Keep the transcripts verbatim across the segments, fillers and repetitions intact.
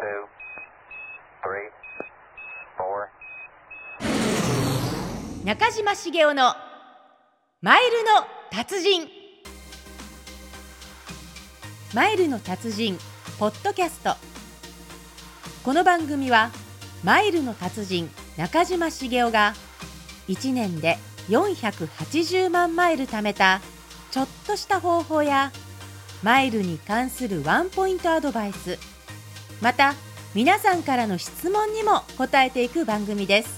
中島茂雄のマイルの達人。マイルの達人ポッドキャスト。この番組はマイルの達人中島茂雄がいちねんでよんひゃくはちじゅうまんマイル貯めたちょっとした方法やマイルに関するワンポイントアドバイス、また皆さんからの質問にも答えていく番組です。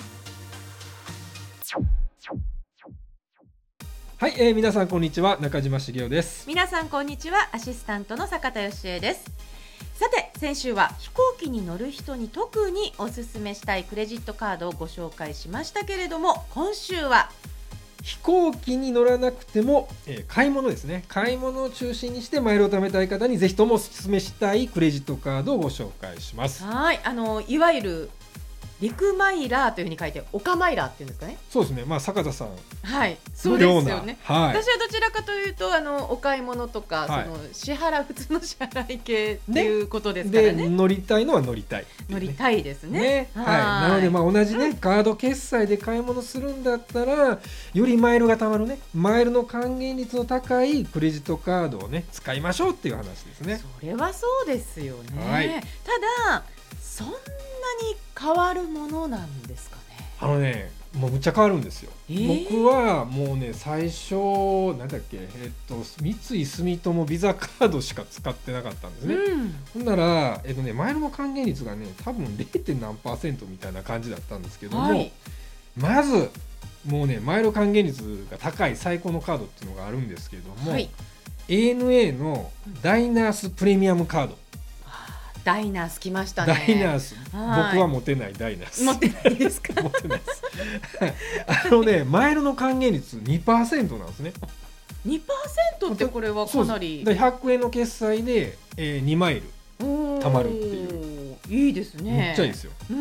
はい、えー、皆さんこんにちは、中島茂雄です。 皆さんこんにちは、アシスタントの坂田芳恵です。さて、先週は飛行機に乗る人に特におすすめしたいクレジットカードをご紹介しましたけれども、今週は飛行機に乗らなくても、えー、買い物ですね。買い物を中心にしてマイルを貯めたい方にぜひともおすすめしたいクレジットカードをご紹介します。 はい、あのいわゆるリクマイラーというふうに書いてオカマイラーっていうんですかね。 そうですね、まあ、坂田さん、 はい、そうですよね、 はい、 私はどちらかというとあのお買い物とか、はい、その支払普通の支払い系っていうことですからね。 で乗りたいのは乗りたい、ね、 乗りたいですね。 ね、はい、なのでまあ同じね、うん、カード決済で買い物するんだったらよりマイルが貯まるね、マイルの還元率の高いクレジットカードをね使いましょうっていう話ですね。 それはそうですよね、はい、ただそんなに変わるものなんですかね。 あのね、もうむっちゃ変わるんですよ、えー、僕はもうね最初なんだっけ、えっと、三井住友ビザカードしか使ってなかったんですね、うん、ほんなら、えっとね、マイルの還元率がね多分 ゼロ. 何パーセントみたいな感じだったんですけども、はい、まずもうねマイル還元率が高い最高のカードっていうのがあるんですけども、はい、エーエヌエー のダイナースプレミアムカード、 ダイナース来ましたね。 ダイナース、僕は持てないダイナース。 持てないですか？ 持てないです。あのね、マイルの還元率 にパーセント なんですね。 にパーセント ってこれはかなり。 ひゃくえんの決済で、えー、にマイル貯まるっていう。 いいですね。 めっちゃいいですよ。 うん、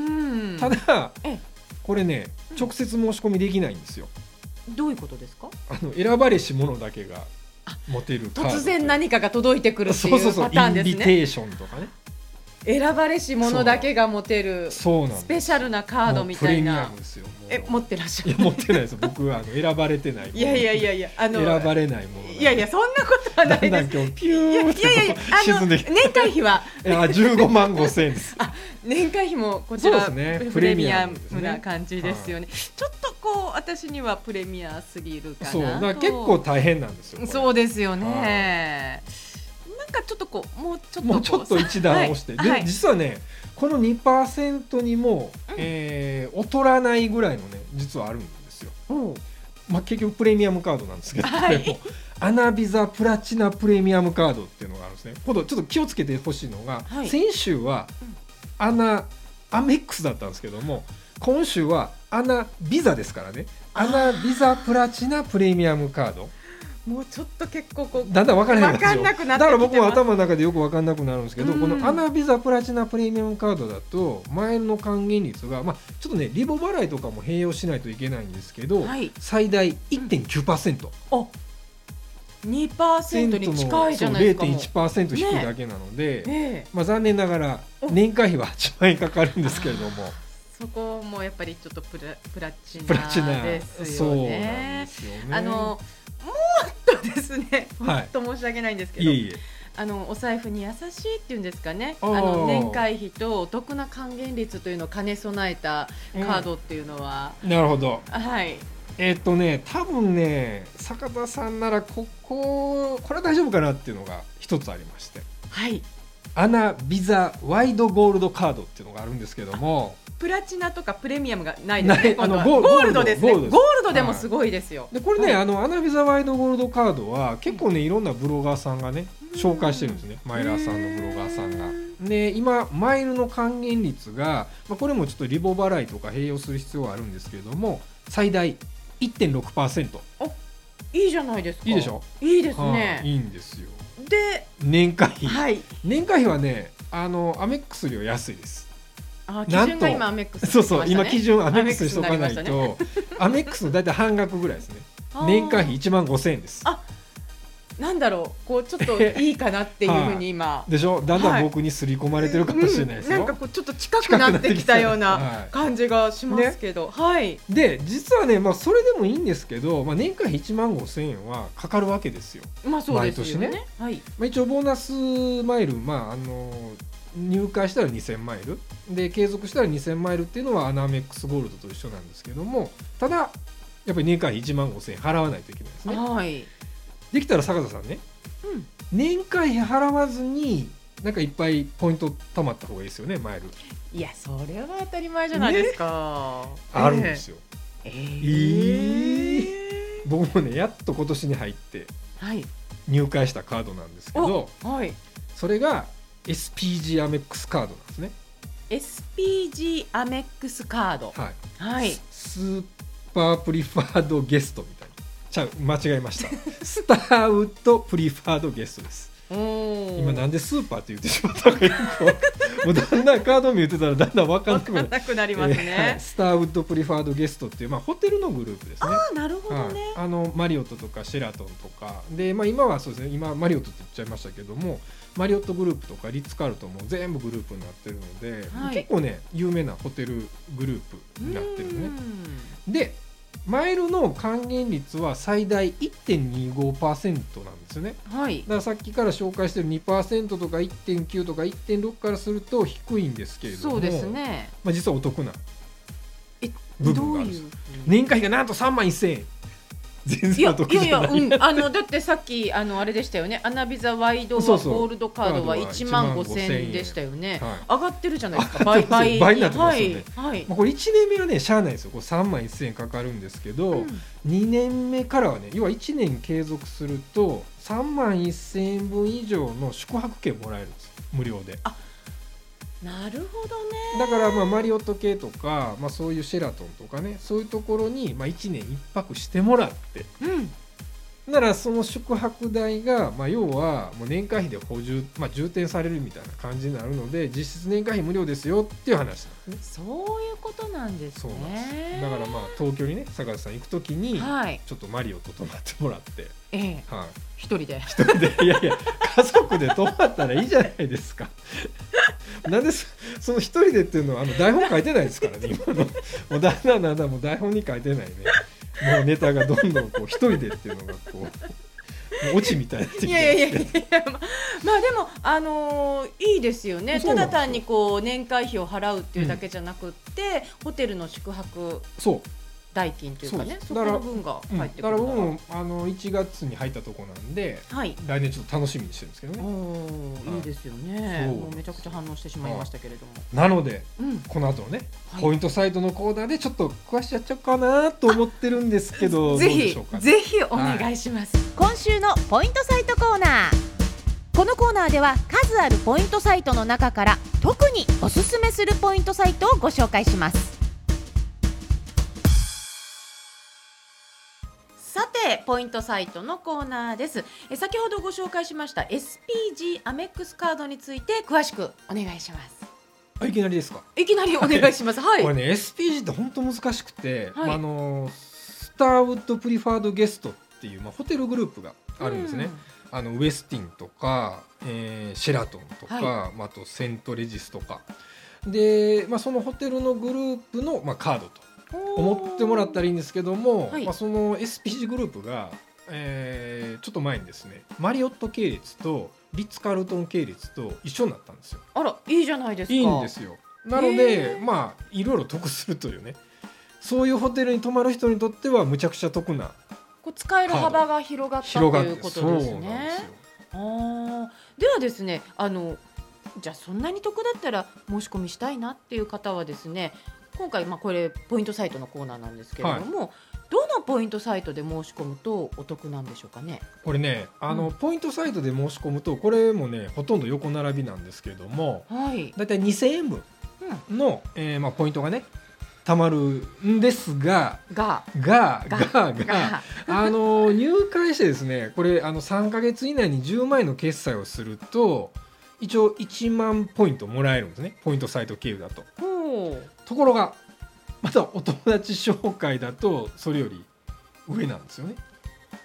ただこれね直接申し込みできないんですよ。 どういうことですか？ あの選ばれし者だけが持てるカード。 突然何かが届いてくるっていうパターンですね。そうそうそう、 インビテーションとかね。 選ばれし者だけが持てるスペシャルなカードみたいな。 プレミアムですよ。 え、持ってらっしゃる？ いや持ってないですよ。僕はあの選ばれてない。 いやいやいやいや、あの選ばれないもの。 いやいや、そんなことはないです。 だんだん今日ピューって沈んできて。 年会費はじゅうごまんごせんえんです。 あ、年会費もこちら、ね、プレミアムな感じですよね。はい、ちょっとこう私にはプレミアすぎるかなと。 そう、だから結構大変なんですよ。 そうですよね。なんかちょっとこうもうちょっともうちょっと一段押して、はい、で、はい、実はねこの にパーセント にも、うん、えー、劣らないぐらいのね実はあるんですよ。まあ、結局プレミアムカードなんですけど、はい、アナビザプラチナプレミアムカードっていうのがあるんですね。今度ちょっと気をつけてほしいのが、はい、先週はアナアメックスだったんですけども、今週はアナビザですからね。アナビザプラチナプレミアムカード、 もうちょっと結構こうだんだん分からへんですよ。 分かんなくなってきてます。 だから僕も頭の中でよく分かんなくなるんですけど、このアナビザプラチナプレミアムカードだとマイルの還元率が、まあ、ちょっとねリボ払いとかも併用しないといけないんですけど、はい、最大 いってんきゅうパーセント、 うん、あ にパーセント に近いじゃないですか。 ゼロてんいちパーセント 引くだけなので、ねえーまあ、残念ながら年会費ははちまんえんかかるんですけれども、 そこもやっぱりちょっとプラ、プラチナですよね。そうなんですよね。あのもっとですね、もっと申し訳ないんですけど、はい、いえいえ、あのお財布に優しいっていうんですかね、あの年会費とお得な還元率というのを兼ね備えたカードっていうのは、 うん、なるほど、 はい、 えー、っとね多分ね坂田さんならこここれは大丈夫かなっていうのが一つありまして、 はい、 アナビザワイドゴールドカードっていうのがあるんですけども、 プラチナとかプレミアムがないですね。今度はゴールドですね。ゴールドでもすごいですよ。 でこれね、はい、あのアナビザワイドゴールドカードは結構ねいろんなブロガーさんがね紹介してるんですね。マイラーさんのブロガーさんが。で今マイルの還元率が、まあ、これもちょっとリボ払いとか併用する必要はあるんですけれども、最大 いってんろくパーセント。 あ、いいじゃないですか。 いいでしょ。 いいですね。 はあ、いいんですよ。 で年会費、 はい、 年会費はねあのアメックスより安いです。 あ、基準が今アメックス、ね、 そうそう、今基準アメックスにしとかないとアメックスのだいたい半額ぐらいですね。年会費いちまんごせんえんです。 あ、 なんだろう、こうちょっといいかなっていうふうに今、 はあ、でしょ、だんだん僕に刷り込まれてるかもしれないですよ、 はい、うん、なんかこうちょっと近くなってきたような感じがしますけど、はい、ね、 はい、で実はね、まあ、それでもいいんですけど、まあ、年間いちまんごせんえんはかかるわけですよ、 まあそうですよね、 毎年ね、 はい、 まあ、一応ボーナスマイル、まあ、あの入会したらにせんマイルで継続したらにせんマイルっていうのはアナメックスゴールドと一緒なんですけども、ただやっぱり年間いちまんごせんえん払わないといけないですね、 はい、 できたら坂田さんね、うん、年会費払わずになんかいっぱいポイント貯まった方がいいですよね、マイル。 いやそれは当たり前じゃないですか、 ね、あるんですよ、 えーえー、僕もねやっと今年に入って入会したカードなんですけど、 はい、 それが エスピージー アメックスカードなんですね。 エスピージー アメックスカード、 はい、 はい、 スーパープリファードゲストみたいな、ちゃう間違えましたスターウッドプリファードゲストです。今なんでスーパーって言ってしまったかもうだんだんカード見言ってたらだんだん分かんなくなる、 分かんなくなりますね、 えー、スターウッドプリファードゲストっていう、まあ、ホテルのグループですね。 ああ、なるほどね、 はい、あのマリオットとかシェラトンとかで、まあ、今はそうですね、今マリオットって言っちゃいましたけども、マリオットグループとかリッツカールトンも全部グループになってるので、はい、結構ね有名なホテルグループになってるね。でマイルの還元率は最大 いってんにごパーセント なんですよね、はい、だからさっきから紹介してる にパーセント とか いってんきゅう とか いってんろく からすると低いんですけれども、 そうですね、 まあ、実はお得な部分があるんです。年会費がなんとさんまんせんえん、全然お得じゃない。いやいやいや、うん、 あのだってさっきあのあれでしたよね、アナビザワイドゴールドカードはいちまんごせんえんでしたよね、はい、上がってるじゃないですか、倍倍倍になってますよね、 はいはい、 まあ、これいちねんめはねしゃあないですよ、これさんまんせんえんかかるんですけど、うん、にねんめからはね、要はいちねん継続するとさんまんせんえんぶん以上の宿泊券もらえるんです、無料で。あ、 なるほどね。 だからまあマリオット系とか、まあ、そういうシェラトンとかね、そういうところにまあいちねんいっぱくしてもらって、うん、ならその宿泊代がまあ要はもう年会費で補充、まあ、充填されるみたいな感じになるので、実質年会費無料ですよっていう話なんですね。 そういうことなんですね。 そうなんです。だからまあ東京にね坂田さん行くときにちょっとマリオと泊まってもらって、 ええ、はい、一人で一人でいやいや家族で泊まったらいいじゃないですかなんで そ, その一人でっていうのはあの台本書いてないですからね今のもうだんだんだんだんもう台本に書いてないね、もうネタがどんどんこう一人でっていうのがこうオチみたいになってきて、いやいやいやいや、 ま, まあでも、あのー、いいですよね。ただ単にこう年会費を払うっていうだけじゃなくって、うん、ホテルの宿泊代金というかね、 そ, そこの分が入ってくるから、うん、だから僕もあのいちがつに入ったとこなんで、はい、来年ちょっと楽しみにしてるんですけどね。 お、いいですよね。もうめちゃくちゃ反応してしまいましたけれども、 なので、うん、この後のね、はい、ポイントサイトのコーナーでちょっと詳しやっちゃおうかなと思ってるんですけど、 ぜひどうでしょうかね。 ぜひお願いします、はい、今週のポイントサイトコーナー。このコーナーでは数あるポイントサイトの中から特におすすめするポイントサイトをご紹介します。さてポイントサイトのコーナーです。え先ほどご紹介しました エスピージー アメックスカードについて詳しくお願いします。 あ、いきなりですか。 いきなりお願いします、はい、 これね エスピージー って本当難しくて、はい、まあ、あのスターウッドプリファードゲストっていう、まあ、ホテルグループがあるんですね、うん、あのウエスティンとか、えー、シェラトンとか、はい、まあ、あとセントレジスとかで、まあ、そのホテルのグループの、まあ、カードと思ってもらったらいいんですけども、はい、まあ、その エスピージー グループが、えー、ちょっと前にですねマリオット系列とリッツ・カールトン系列と一緒になったんですよ。 あら、いいじゃないですか。 いいんですよ。なのでまあいろいろ得するというね、そういうホテルに泊まる人にとってはむちゃくちゃ得な、 こう使える幅が広がったということですね。あではですね、あのじゃあそんなに得だったら申し込みしたいなっていう方はですね、今回まあこれポイントサイトのコーナーなんですけれども、はい、どのポイントサイトで申し込むとお得なんでしょうかね。 これね、あの、うん、ポイントサイトで申し込むとこれもねほとんど横並びなんですけれども、はい、だいたいにせんえんぶんの、うん、えーまあ、ポイントがね貯まるんですがががががあの入会してですね、これあのさんかげつ以内にじゅうまんえんの決済をすると一応いちまんポイントもらえるんですね、ポイントサイト経由だと。ところがまたお友達紹介だとそれより上なんですよね。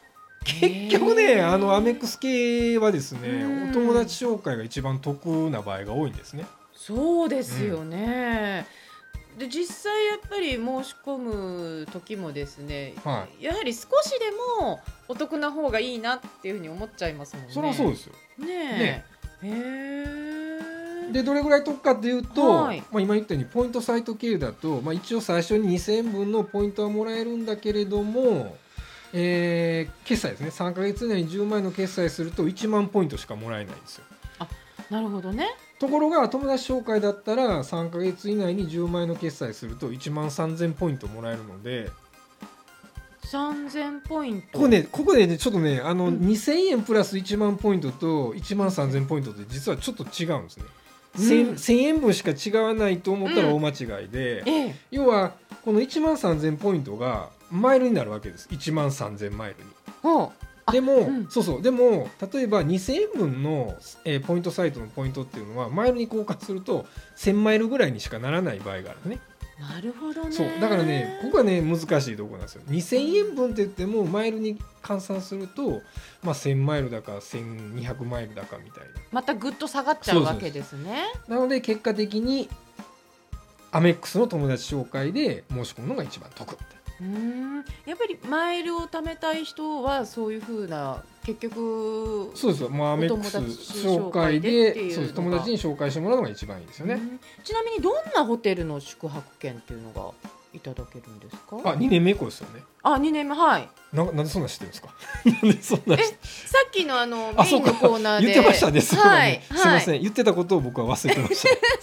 結局ねあのアメックス系はですね、 うんお友達紹介が一番得な場合が多いんですね。 そうですよね、うん、で実際やっぱり申し込む時もですね、はい、やはり少しでもお得な方がいいなっていうふうに思っちゃいますもんね。 それはそうですよねね。 へー。 でどれぐらい得かっていうと、 はい、 まあ、今言ったようにポイントサイト系だと、まあ、一応最初ににせんえんぶんのポイントはもらえるんだけれども、えー、決済ですねさんかげつ以内にじゅうまんえんの決済するといちまんポイントしかもらえないんですよ。 あ、なるほどね。 ところが友達紹介だったらさんかげつ以内にじゅうまんえんの決済するといちまんさんぜんポイントもらえるので、 さんぜんポイントここね、ここでねちょっとねあの、 うん、 にせんえんプラスいちまんポイントといちまんさんぜんポイントって実はちょっと違うんですね。 うん、 せんえんぶんしか違わないと思ったら大間違いで、 うんええ、 要はこのいちまんさんぜんポイントがマイルになるわけです。いちまんさんぜんマイルに。 ほうでも、 うん、 そうそうでも例えばにせんえんぶんの、えー、ポイントサイトのポイントっていうのはマイルに交換するとせんマイルぐらいにしかならない場合があるね。 なるほどね。 そうだからねここはね難しいところなんですよ。にせんえんぶんって言ってもマイルに換算すると、まあ、せんマイルだかせんにひゃくマイルだかみたいな、 またぐっと下がっちゃうわけですね。 なので結果的にアメックスの友達紹介で申し込むのが一番得。 うーん、やっぱりマイルを貯めたい人はそういうふうな結局そうですよ、まあ、アメックス紹介でそうです友達に紹介してもらうのが一番いいですよね。 ちなみにどんなホテルの宿泊券っていうのがいただけるんですか？ あ、にねんめ以降ですよね。 あ、にねんめ、はい。 な, なんでそんな知ってるんですか？なんでそんなえ、さっきのあのメインのコーナーで言ってましたね。すいません、 はい、 すいません、はい、言ってたことを僕は忘れてました。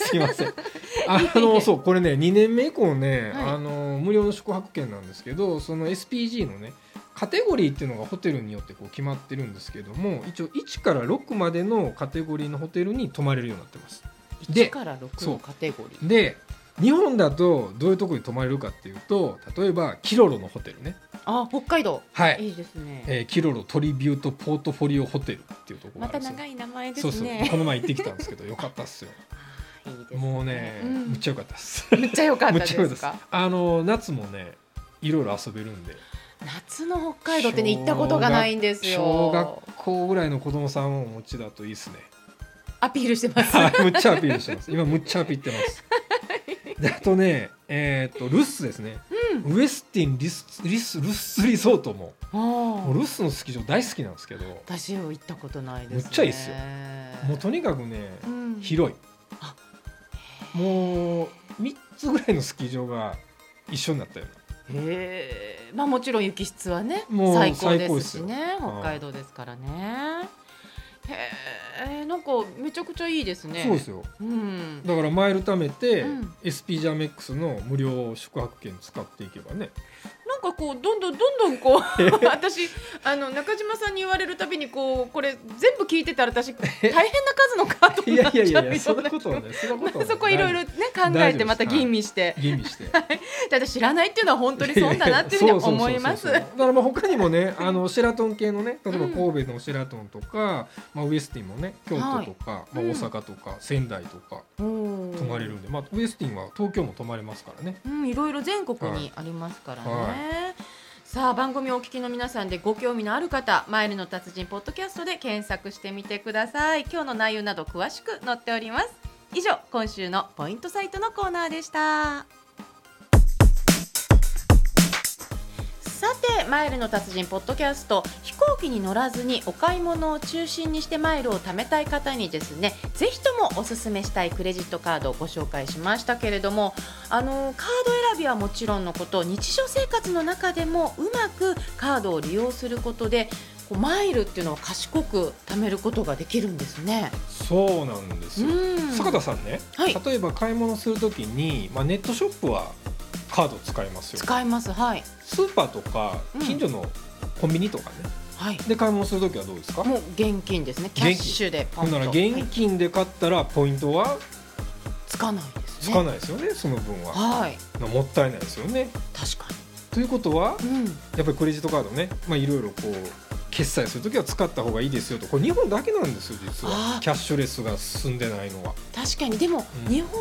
すいません。あのそうこれねにねんめ以降ね、はい、あの無料の宿泊券なんですけど、その エスピージー のねカテゴリーっていうのがホテルによってこう決まってるんですけども、一応いちからろくまでのカテゴリーのホテルに泊まれるようになってます。 いちからろくのカテゴリーで日本だとどういうところに泊まれるかっていうと、例えばキロロのホテルね。 あ、北海道、 はい、 いいですね、 えー、キロロトリビュートポートフォリオホテルっていうところがあるんですよ。 また長い名前ですね。 そうそう、この前行ってきたんですけどよかったっすよ。 いいですね、 もうね、うん、むっちゃ良かったです。 めっちゃ良かったですか？ あの夏もねいろいろ遊べるんで。 夏の北海道ってね行ったことがないんですよ。 小学校ぐらいの子供さんをお持ちだといいですね。 アピールしてます。 むっちゃアピールしてます。今むっちゃアピールしてます。であとね、えー、とルッスですね、うん、ウエスティンリスリスルッスリゾート も, もうルッスのスキー場大好きなんですけど、 私は行ったことないですね。 むっちゃいいですよ。もうとにかくね、うん、広い。あ、もうみっつぐらいのスキー場が一緒になったような。 へー、まあ、もちろん雪質はね最高ですしね、北海道ですからね。へー、なんかめちゃくちゃいいですね。 そうですよ、うん、だからマイル貯めて、うん、エスピージー アメックスの無料宿泊券使っていけばね、 なんかこうどんどんどんどんこう私あの中島さんに言われるたびにこうこれ全部聞いてたら私大変な数のカードになっちゃうような。いやいやいやそんなことはね、そんなことはね、そこいろいろね考えてまた吟味して、 吟味して、 私知らないっていうのは本当にそうだなっていうふうに思います。 だからまあ他にもねあのシェラトン系のね、例えば神戸のシェラトンとか、うん、まあ、ウエスティンもね京都とか、はい、まあ、大阪とか、うん、仙台とか泊まれるんで、まあ、ウエスティンは東京も泊まれますからね、 うん、いろいろ全国にありますからね、はいはい。さあ番組をお聞きの皆さんでご興味のある方、マイルの達人ポッドキャストで検索してみてください。今日の内容など詳しく載っております。以上、今週のポイントサイトのコーナーでした。さてマイルの達人ポッドキャスト、飛行機に乗らずにお買い物を中心にしてマイルを貯めたい方にですね、ぜひともおすすめしたいクレジットカードをご紹介しましたけれども、あのカード選びはもちろんのこと、日常生活の中でもうまくカードを利用することでこうマイルっていうのを賢く貯めることができるんですね。 そうなんですよ。坂田さんね、はい、例えば買い物するときに、まあ、ネットショップはカード使いますよ。 使います、はい。 スーパーとか近所のコンビニとかね、うん、はい、で買い物するときはどうですか？ もう現金ですね。キャッシュでポンと。 ほんなら現金で買ったらポイントはつかないですね。 つかないですよね、その分は、 はい、 もったいないですよね。 確かに。 ということは、 うん、 やっぱりクレジットカードね、まあ、いろいろこう決済するときは使った方がいいですよと。これ日本だけなんですよ実は、キャッシュレスが進んでないのは。 確かに。でも、うん、日本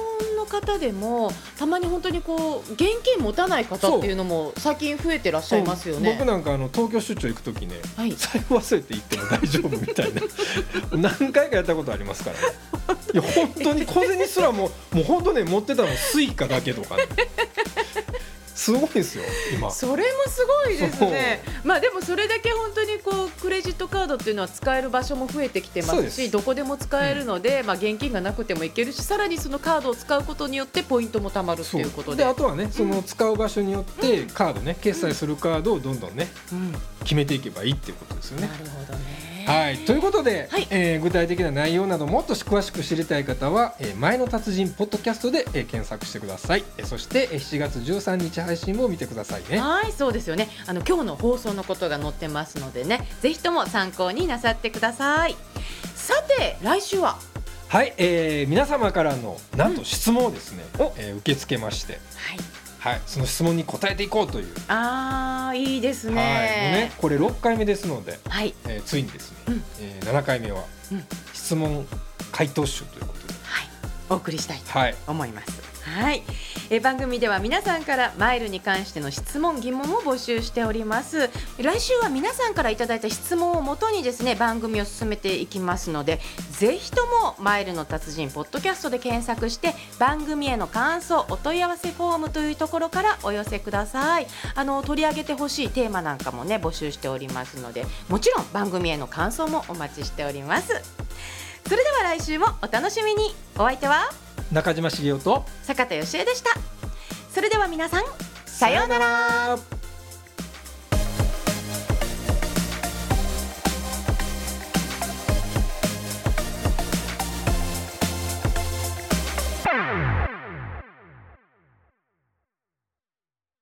の方でもたまに本当にこう現金持たない方っていうのも最近増えてらっしゃいますよね。 僕なんかあの東京出張行くときね、 はい、 財布忘れて行っても大丈夫みたいな何回かやったことありますからね。いや本当に小銭すらももう本当ね持ってたのスイカだけとかねすごいですよ今。 それもすごいですね。まあでもそれだけ本当にこうクレジットカードっていうのは使える場所も増えてきてますし、どこでも使えるので、うん、まあ現金がなくてもいけるし、さらにそのカードを使うことによってポイントも貯まるっていうことで、 であとはねその使う場所によってカードね、うん、決済するカードをどんどんね、うん、決めていけばいいっていうことですよね。 なるほどね。 はい、ということで、 はい、 えー、具体的な内容などもっと詳しく知りたい方は、えー、前の達人ポッドキャストで、えー、検索してください。えー、そして、えー、しちがつじゅうさんにち配信も見てくださいね。 はい、そうですよね。あの今日の放送のことが載ってますのでね、ぜひとも参考になさってください。さて来週ははい、えー、皆様からのなんと質問をですね、うん、えー、受け付けまして、はいはい、その質問に答えていこうという。 あー、いいですね。 はい、もうねこれろっかいめですので、はい、えー、ついにですね、うん、えー、ななかいめは、うん、質問回答集ということで、 はい、お送りしたいと思います。はい、え番組では皆さんからマイルに関しての質問疑問を募集しております。来週は皆さんからいただいた質問をもとにですね番組を進めていきますので、ぜひともマイルの達人ポッドキャストで検索して番組への感想お問い合わせフォームというところからお寄せください。あの取り上げてほしいテーマなんかもね募集しておりますので、もちろん番組への感想もお待ちしております。それでは来週もお楽しみに。お相手は中島茂雄と坂田芳恵でした。それでは皆さんさようなら。